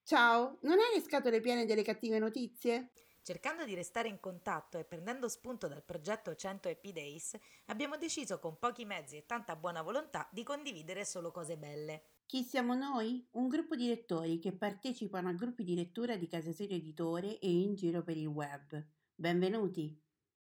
Ciao, non hai le scatole piene delle cattive notizie? Cercando di restare in contatto e prendendo spunto dal progetto 100 Happy Days, abbiamo deciso con pochi mezzi e tanta buona volontà di condividere solo cose belle. Chi siamo noi? Un gruppo di lettori che partecipano a gruppi di lettura di Casa Serio Editore e in giro per il web. Benvenuti!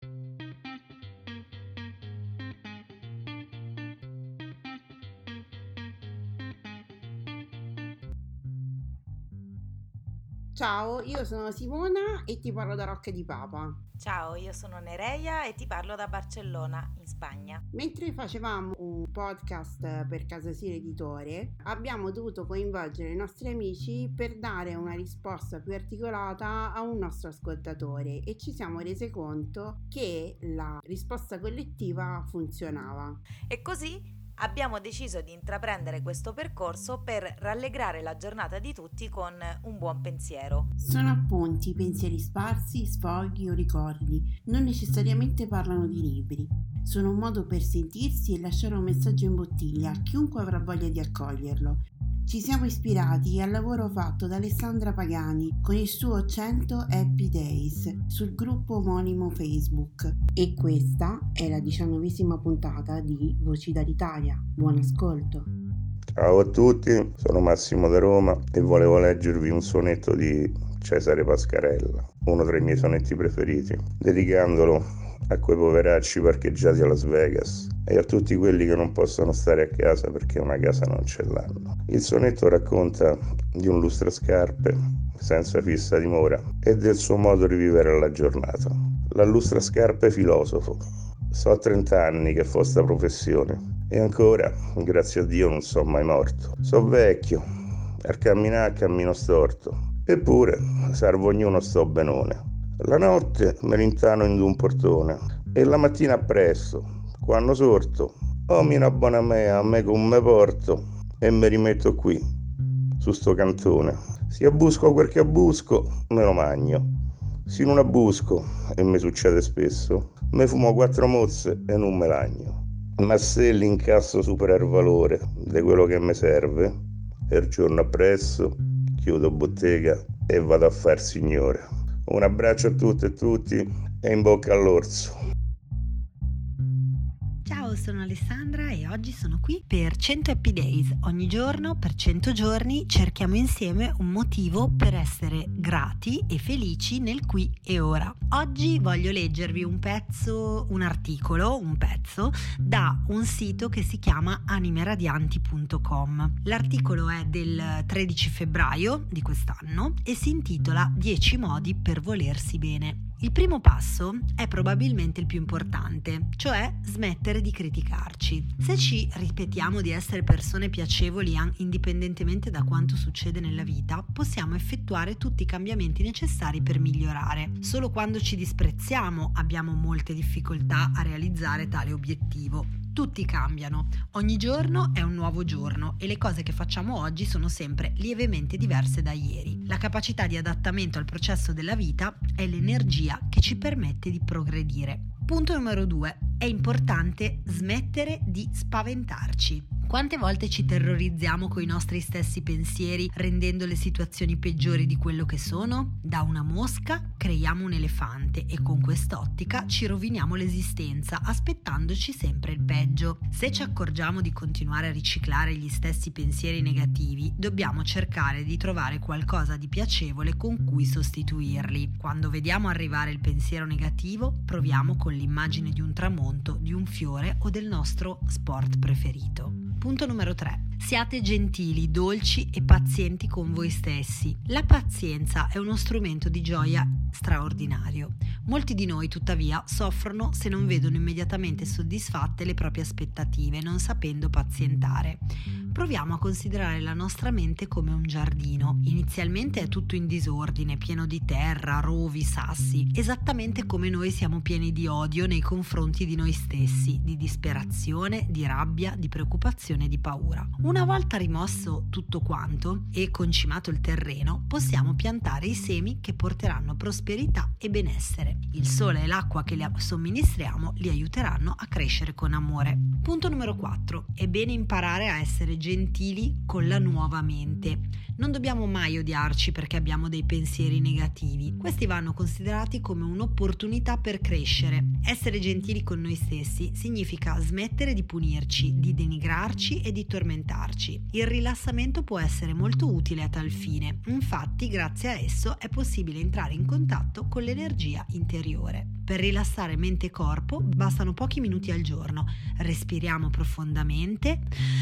Ciao, io sono Simona e ti parlo da Rocca di Papa. Ciao, io sono Nereia e ti parlo da Barcellona, in Spagna. Mentre facevamo un podcast per Casa Serio Editore, abbiamo dovuto coinvolgere i nostri amici per dare una risposta più articolata a un nostro ascoltatore e ci siamo resi conto che la risposta collettiva funzionava. E così abbiamo deciso di intraprendere questo percorso per rallegrare la giornata di tutti con un buon pensiero. Sono appunti, pensieri sparsi, sfoghi o ricordi, non necessariamente parlano di libri. Sono un modo per sentirsi e lasciare un messaggio in bottiglia a chiunque avrà voglia di accoglierlo. Ci siamo ispirati al lavoro fatto da Alessandra Pagani con il suo 100 Happy Days sul gruppo omonimo Facebook. E questa è la 19ª puntata di Voci dall'Italia. Buon ascolto! Ciao a tutti, sono Massimo da Roma e volevo leggervi un sonetto di Cesare Pascarella, uno tra i miei sonetti preferiti, dedicandolo a quei poveracci parcheggiati a Las Vegas e a tutti quelli che non possono stare a casa perché una casa non ce l'hanno. Il sonetto racconta di un lustrascarpe senza fissa dimora e del suo modo di vivere la giornata. La lustrascarpe filosofo. So 30 anni che fa sta professione e ancora, grazie a Dio, non sono mai morto. So vecchio, al camminare cammino storto, eppure servo ognuno sto benone. La notte me rintano in un portone e la mattina appresso, quando sorto, mi abbona a me con me porto e mi rimetto qui, su sto cantone. Se abbusco quel che abbusco, me lo magno. Se non abbusco, e mi succede spesso, me fumo 4 mozze e non me lagno. Ma se l'incasso supera il valore di quello che mi serve, e il giorno appresso chiudo bottega e vado a far signore. Un abbraccio a tutte e tutti e in bocca all'orso. Ciao, sono Alessandra e oggi sono qui per 100 Happy Days. Ogni giorno, per 100 giorni, cerchiamo insieme un motivo per essere grati e felici nel qui e ora. Oggi voglio leggervi un pezzo da un sito che si chiama animeradianti.com. L'articolo è del 13 febbraio di quest'anno e si intitola 10 modi per volersi bene. Il primo passo è probabilmente il più importante, cioè smettere di criticarci. Se ci ripetiamo di essere persone piacevoli indipendentemente da quanto succede nella vita, possiamo effettuare tutti i cambiamenti necessari per migliorare. Solo quando ci disprezziamo abbiamo molte difficoltà a realizzare tale obiettivo. Tutti cambiano, ogni giorno è un nuovo giorno e le cose che facciamo oggi sono sempre lievemente diverse da ieri. La capacità di adattamento al processo della vita è l'energia che ci permette di progredire. Punto numero 2. È importante smettere di spaventarci. Quante volte ci terrorizziamo coi nostri stessi pensieri, rendendo le situazioni peggiori di quello che sono? Da una mosca creiamo un elefante e con quest'ottica ci roviniamo l'esistenza, aspettandoci sempre il peggio. Se ci accorgiamo di continuare a riciclare gli stessi pensieri negativi, dobbiamo cercare di trovare qualcosa di piacevole con cui sostituirli. Quando vediamo arrivare il pensiero negativo, proviamo con l'immagine di un tramonto, di un fiore o del nostro sport preferito. Punto numero 3. Siate gentili, dolci e pazienti con voi stessi. La pazienza è uno strumento di gioia straordinario. Molti di noi, tuttavia, soffrono se non vedono immediatamente soddisfatte le proprie aspettative, non sapendo pazientare. Proviamo a considerare la nostra mente come un giardino. Inizialmente è tutto in disordine, pieno di terra, rovi, sassi, esattamente come noi siamo pieni di odio nei confronti di noi stessi, di disperazione, di rabbia, di preoccupazione e di paura. Una volta rimosso tutto quanto e concimato il terreno, possiamo piantare i semi che porteranno prosperità e benessere. Il sole e l'acqua che li somministriamo li aiuteranno a crescere con amore. Punto numero 4. È bene imparare a essere gentili con la nuova mente. Non dobbiamo mai odiarci perché abbiamo dei pensieri negativi. Questi vanno considerati come un'opportunità per crescere. Essere gentili con noi stessi significa smettere di punirci, di denigrarci e di tormentarci. Il rilassamento può essere molto utile a tal fine. Infatti, grazie a esso è possibile entrare in contatto con l'energia interiore. Per rilassare mente e corpo bastano pochi minuti al giorno. Respiriamo profondamente.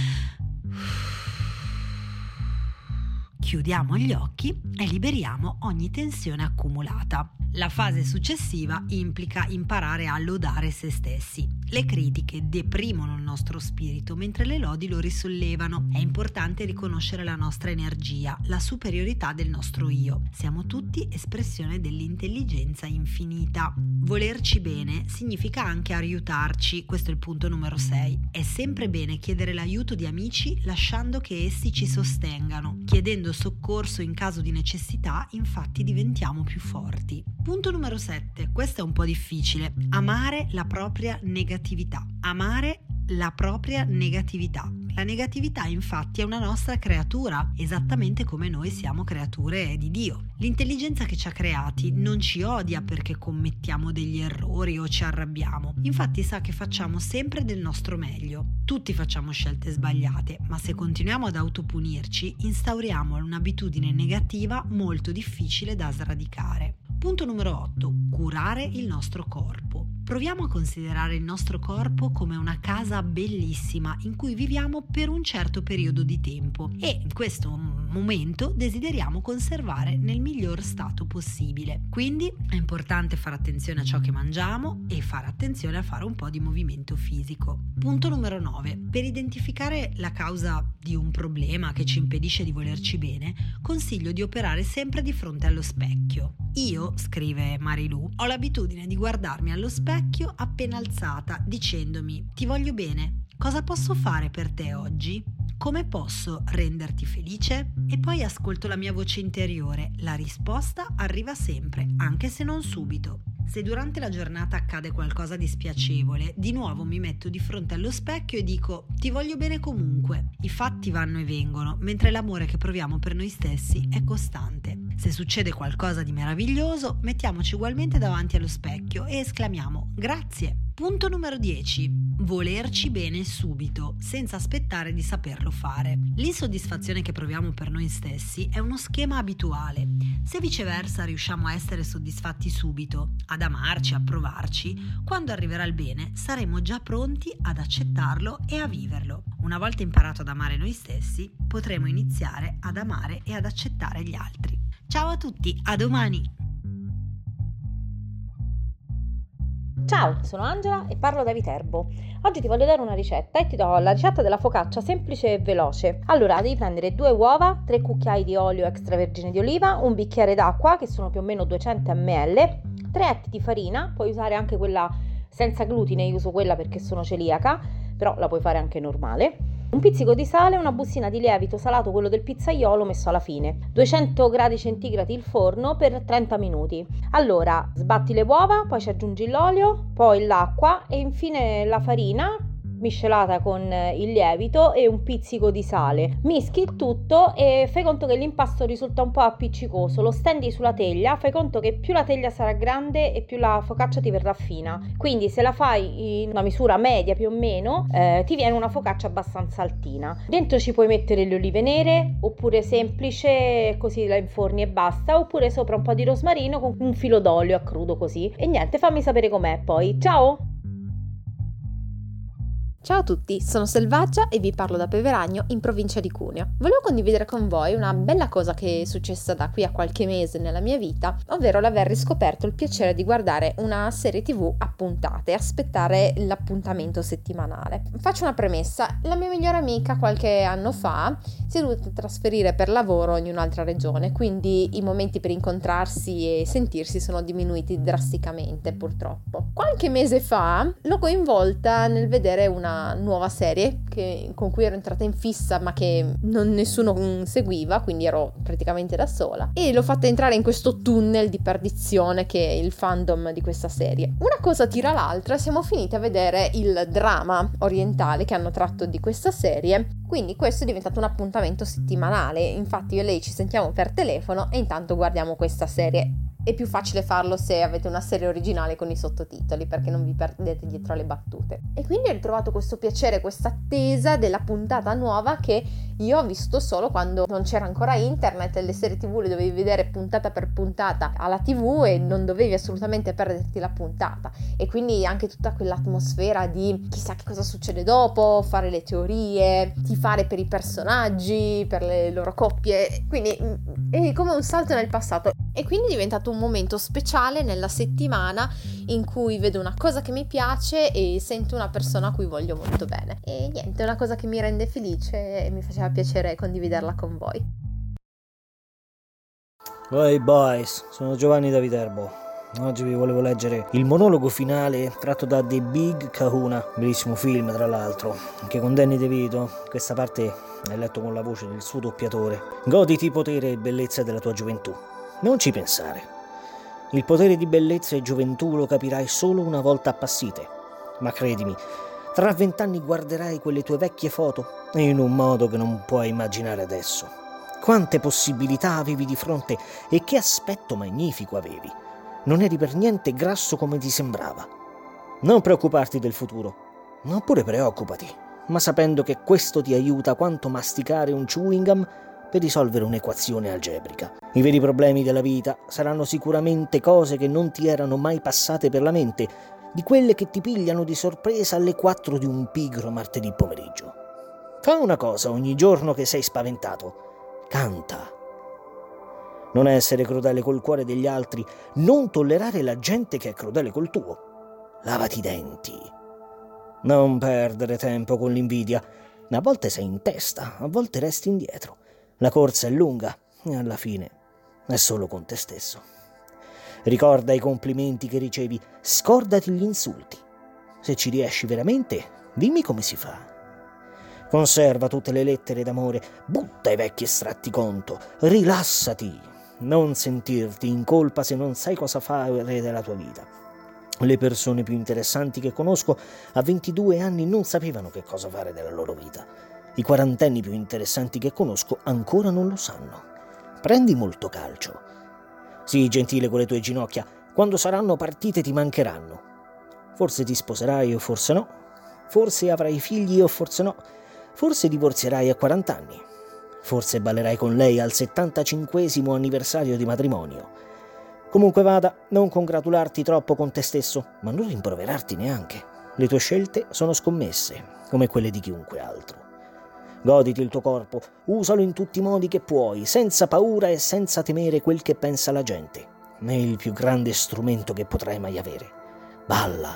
Chiudiamo gli occhi e liberiamo ogni tensione accumulata. La fase successiva implica imparare a lodare se stessi. Le critiche deprimono il nostro spirito, mentre le lodi lo risollevano. È importante riconoscere la nostra energia, la superiorità del nostro io. Siamo tutti espressione dell'intelligenza infinita. Volerci bene significa anche aiutarci, questo è il punto numero 6. È sempre bene chiedere l'aiuto di amici lasciando che essi ci sostengano. Chiedendo soccorso in caso di necessità, infatti diventiamo più forti. Punto numero 7, questo è un po' difficile. Amare la propria negatività. Amare la propria negatività. La negatività infatti è una nostra creatura, esattamente come noi siamo creature di Dio. L'intelligenza che ci ha creati non ci odia perché commettiamo degli errori o ci arrabbiamo. Infatti sa che facciamo sempre del nostro meglio. Tutti facciamo scelte sbagliate, ma se continuiamo ad autopunirci, instauriamo un'abitudine negativa molto difficile da sradicare. Punto numero 8. Curare il nostro corpo. Proviamo a considerare il nostro corpo come una casa bellissima in cui viviamo per un certo periodo di tempo e in questo momento desideriamo conservare nel miglior stato possibile. Quindi è importante fare attenzione a ciò che mangiamo e fare attenzione a fare un po' di movimento fisico. Punto numero 9. Per identificare la causa di un problema che ci impedisce di volerci bene, consiglio di operare sempre di fronte allo specchio. Io, scrive Marilu, ho l'abitudine di guardarmi allo specchio appena alzata dicendomi: ti voglio bene, cosa posso fare per te oggi? Come posso renderti felice? E poi ascolto la mia voce interiore, la risposta arriva sempre, anche se non subito. Se durante la giornata accade qualcosa di spiacevole, di nuovo mi metto di fronte allo specchio e dico: ti voglio bene comunque. I fatti vanno e vengono, mentre l'amore che proviamo per noi stessi è costante. Se succede qualcosa di meraviglioso, mettiamoci ugualmente davanti allo specchio e esclamiamo: grazie. Punto numero 10. Volerci bene subito, senza aspettare di saperlo fare. L'insoddisfazione che proviamo per noi stessi è uno schema abituale. Se viceversa riusciamo a essere soddisfatti subito, ad amarci, a provarci, quando arriverà il bene saremo già pronti ad accettarlo e a viverlo. Una volta imparato ad amare noi stessi, potremo iniziare ad amare e ad accettare gli altri. Ciao a tutti, a domani! Ciao, sono Angela e parlo da Viterbo. Oggi ti voglio dare una ricetta e ti do la ricetta della focaccia semplice e veloce. Allora, devi prendere 2 uova, 3 cucchiai di olio extravergine di oliva, un bicchiere d'acqua, che sono più o meno 200 ml, 3 etti di farina, puoi usare anche quella senza glutine, io uso quella perché sono celiaca, però la puoi fare anche normale. Un pizzico di sale, una bustina di lievito salato, quello del pizzaiolo, messo alla fine. 200 gradi centigradi il forno per 30 minuti. Allora, sbatti le uova, poi ci aggiungi l'olio, poi l'acqua e infine la farina miscelata con il lievito e un pizzico di sale. Mischi il tutto e fai conto che l'impasto risulta un po' appiccicoso, lo stendi sulla teglia, fai conto che più la teglia sarà grande e più la focaccia ti verrà fina. Quindi se la fai in una misura media più o meno, ti viene una focaccia abbastanza altina. Dentro ci puoi mettere le olive nere, oppure semplice, così la inforni e basta, oppure sopra un po' di rosmarino con un filo d'olio a crudo così. E niente, fammi sapere com'è poi. Ciao! Ciao a tutti, sono Selvaggia e vi parlo da Peveragno in provincia di Cuneo. Volevo condividere con voi una bella cosa che è successa da qui a qualche mese nella mia vita, ovvero l'aver riscoperto il piacere di guardare una serie TV a puntate e aspettare l'appuntamento settimanale. Faccio una premessa: la mia migliore amica qualche anno fa si è dovuta trasferire per lavoro in un'altra regione, quindi i momenti per incontrarsi e sentirsi sono diminuiti drasticamente, purtroppo. Qualche mese fa l'ho coinvolta nel vedere una una nuova serie con cui ero entrata in fissa ma che nessuno seguiva, quindi ero praticamente da sola, e l'ho fatta entrare in questo tunnel di perdizione che è il fandom di questa serie. Una cosa tira l'altra, siamo finiti a vedere il dramma orientale che hanno tratto di questa serie, quindi questo è diventato un appuntamento settimanale. Infatti io e lei ci sentiamo per telefono e intanto guardiamo questa serie. È più facile farlo se avete una serie originale con i sottotitoli, perché non vi perdete dietro alle battute. E quindi ho ritrovato questo piacere, questa attesa della puntata nuova che io ho visto solo quando non c'era ancora internet e le serie TV le dovevi vedere puntata per puntata alla TV e non dovevi assolutamente perderti la puntata. E quindi anche tutta quell'atmosfera di chissà che cosa succede dopo, fare le teorie, tifare per i personaggi, per le loro coppie. Quindi è come un salto nel passato. E quindi è diventato un momento speciale nella settimana in cui vedo una cosa che mi piace e sento una persona a cui voglio molto bene. E niente, è una cosa che mi rende felice e mi faceva piacere condividerla con voi. Hey boys, sono Giovanni da Viterbo. Oggi vi volevo leggere il monologo finale tratto da The Big Kahuna, bellissimo film tra l'altro, che con Danny DeVito. Questa parte è letto con la voce del suo doppiatore. Goditi potere e bellezza della tua gioventù. Non ci pensare. Il potere di bellezza e gioventù lo capirai solo una volta appassite. Ma credimi, tra 20 anni guarderai quelle tue vecchie foto in un modo che non puoi immaginare adesso. Quante possibilità avevi di fronte e che aspetto magnifico avevi. Non eri per niente grasso come ti sembrava. Non preoccuparti del futuro, oppure preoccupati, ma sapendo che questo ti aiuta quanto masticare un chewing gum per risolvere un'equazione algebrica. I veri problemi della vita saranno sicuramente cose che non ti erano mai passate per la mente, di quelle che ti pigliano di sorpresa alle 4 di un pigro martedì pomeriggio. Fa una cosa ogni giorno che sei spaventato. Canta. Non essere crudele col cuore degli altri, non tollerare la gente che è crudele col tuo. Lavati i denti. Non perdere tempo con l'invidia. A volte sei in testa, a volte resti indietro. La corsa è lunga e alla fine è solo con te stesso. Ricorda i complimenti che ricevi, scordati gli insulti. Se ci riesci veramente, dimmi come si fa. Conserva tutte le lettere d'amore, butta i vecchi estratti conto, rilassati, non sentirti in colpa se non sai cosa fare della tua vita. Le persone più interessanti che conosco a 22 anni non sapevano che cosa fare della loro vita. I quarantenni più interessanti che conosco ancora non lo sanno. Prendi molto calcio. Sii gentile con le tue ginocchia, quando saranno partite ti mancheranno. Forse ti sposerai o forse no. Forse avrai figli o forse no. Forse divorzierai a 40 anni. Forse ballerai con lei al 75° anniversario di matrimonio. Comunque vada, non congratularti troppo con te stesso, ma non rimproverarti neanche. Le tue scelte sono scommesse, come quelle di chiunque altro. Goditi il tuo corpo, usalo in tutti i modi che puoi, senza paura e senza temere quel che pensa la gente. È il più grande strumento che potrai mai avere. Balla.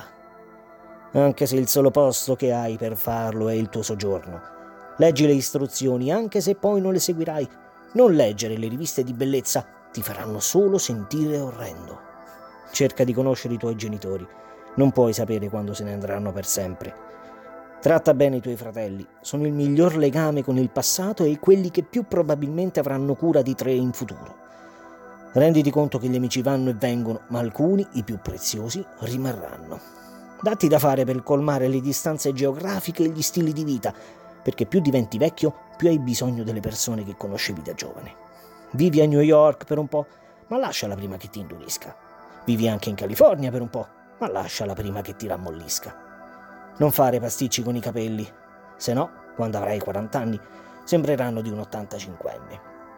Anche se il solo posto che hai per farlo è il tuo soggiorno. Leggi le istruzioni, anche se poi non le seguirai. Non leggere le riviste di bellezza, ti faranno solo sentire orrendo. Cerca di conoscere i tuoi genitori. Non puoi sapere quando se ne andranno per sempre. Tratta bene i tuoi fratelli, sono il miglior legame con il passato e quelli che più probabilmente avranno cura di te in futuro. Renditi conto che gli amici vanno e vengono, ma alcuni, i più preziosi, rimarranno. Datti da fare per colmare le distanze geografiche e gli stili di vita, perché più diventi vecchio, più hai bisogno delle persone che conoscevi da giovane. Vivi a New York per un po', ma lasciala prima che ti indurisca. Vivi anche in California per un po', ma lasciala prima che ti rammollisca. Non fare pasticci con i capelli, se no, quando avrai 40 anni, sembreranno di un 85enne.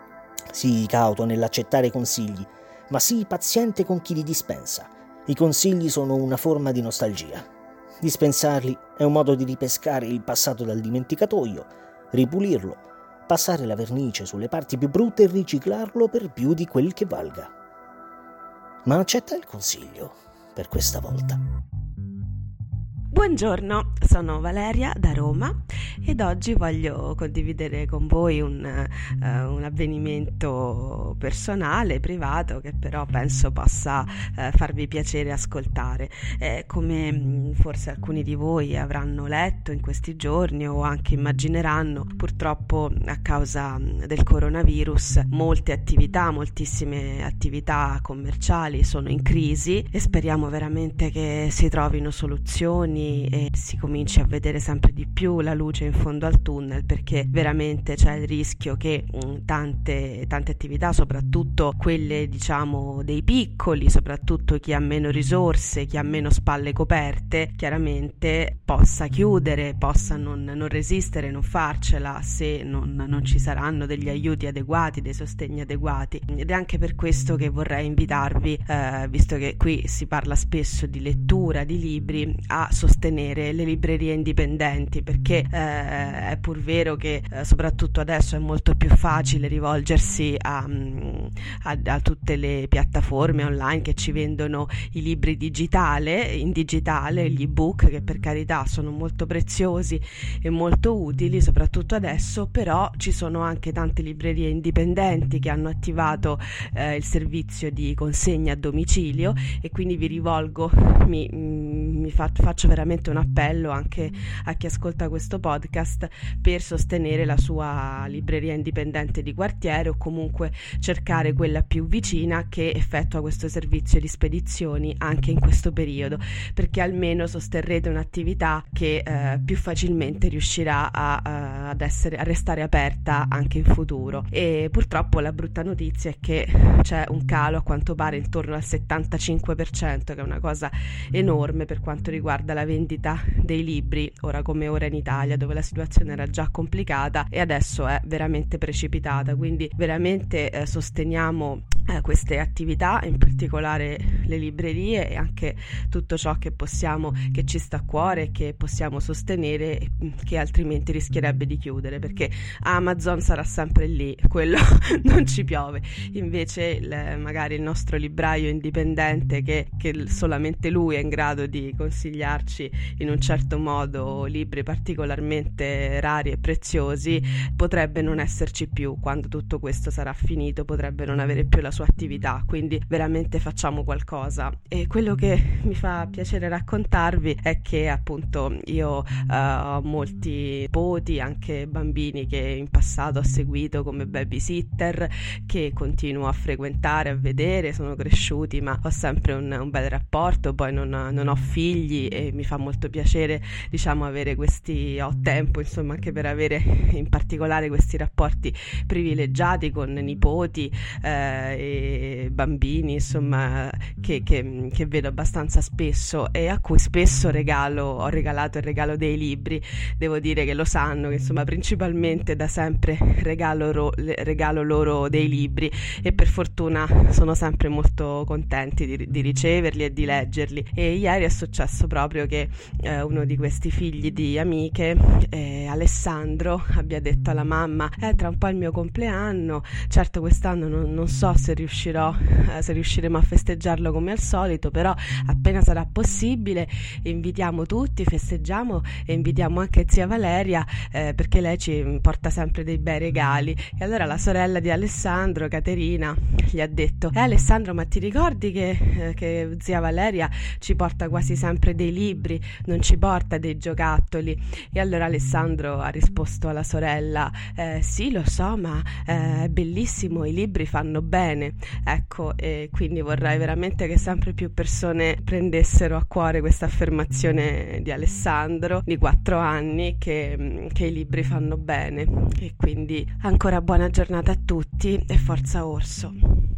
Sii cauto nell'accettare consigli, ma sii paziente con chi li dispensa. I consigli sono una forma di nostalgia. Dispensarli è un modo di ripescare il passato dal dimenticatoio, ripulirlo, passare la vernice sulle parti più brutte e riciclarlo per più di quel che valga. Ma accetta il consiglio per questa volta. Buongiorno, sono Valeria da Roma ed oggi voglio condividere con voi un avvenimento personale, privato, che però penso possa farvi piacere ascoltare. Come forse alcuni di voi avranno letto in questi giorni o anche immagineranno, purtroppo a causa del coronavirus moltissime attività commerciali sono in crisi e speriamo veramente che si trovino soluzioni e si cominci a vedere sempre di più la luce in fondo al tunnel, perché veramente c'è il rischio che tante attività, soprattutto quelle diciamo dei piccoli, soprattutto chi ha meno risorse, chi ha meno spalle coperte, chiaramente possa chiudere, possa non resistere, non farcela se non ci saranno degli aiuti adeguati, dei sostegni adeguati. Ed è anche per questo che vorrei invitarvi, visto che qui si parla spesso di lettura, di libri, a sostenere le librerie indipendenti, perché è pur vero che soprattutto adesso è molto più facile rivolgersi a tutte le piattaforme online che ci vendono i libri in digitale, gli ebook, che per carità sono molto preziosi e molto utili soprattutto adesso, però ci sono anche tante librerie indipendenti che hanno attivato il servizio di consegna a domicilio, e quindi vi rivolgo, faccio veramente un appello anche a chi ascolta questo podcast per sostenere la sua libreria indipendente di quartiere, o comunque cercare quella più vicina che effettua questo servizio di spedizioni anche in questo periodo, perché almeno sosterrete un'attività che più facilmente riuscirà a restare aperta anche in futuro. E purtroppo la brutta notizia è che c'è un calo a quanto pare intorno al 75%, che è una cosa enorme per quanto riguarda la vendita dei libri, ora come ora in Italia, dove la situazione era già complicata e adesso è veramente precipitata. Quindi veramente sosteniamo queste attività, in particolare le librerie, e anche tutto ciò che possiamo, che ci sta a cuore, che possiamo sostenere, che altrimenti rischierebbe di chiudere, perché Amazon sarà sempre lì, quello non ci piove. Invece magari il nostro libraio indipendente, che solamente lui è in grado di consigliarci in un certo modo libri particolarmente rari e preziosi, potrebbe non esserci più quando tutto questo sarà finito, potrebbe non avere più la sua attività. Quindi veramente facciamo qualcosa. E quello che mi fa piacere raccontarvi è che appunto io ho molti nipoti, anche bambini che in passato ho seguito come babysitter, che continuo a frequentare, a vedere, sono cresciuti, ma ho sempre un bel rapporto. Poi non ho figli e mi fa molto piacere avere ho tempo anche per avere in particolare questi rapporti privilegiati con nipoti e bambini che vedo abbastanza spesso e a cui spesso ho regalato il regalo dei libri. Devo dire che lo sanno che principalmente da sempre regalo loro dei libri, e per fortuna sono sempre molto contenti di riceverli e di leggerli. E ieri è successo proprio che uno di questi figli di amiche, Alessandro, abbia detto alla mamma: tra un po' è il mio compleanno, certo quest'anno non so se riusciremo a festeggiarlo come al solito, però appena sarà possibile invitiamo tutti, festeggiamo e invitiamo anche zia Valeria, perché lei ci porta sempre dei bei regali. E allora la sorella di Alessandro, Caterina, gli ha detto: Alessandro, ma ti ricordi che zia Valeria ci porta quasi sempre dei libri, non ci porta dei giocattoli? E allora Alessandro ha risposto alla sorella: sì, lo so, ma è bellissimo, i libri fanno bene. Ecco, e quindi vorrei veramente che sempre più persone prendessero a cuore questa affermazione di Alessandro, di 4 anni, che i libri fanno bene. E quindi ancora buona giornata a tutti e forza Orso.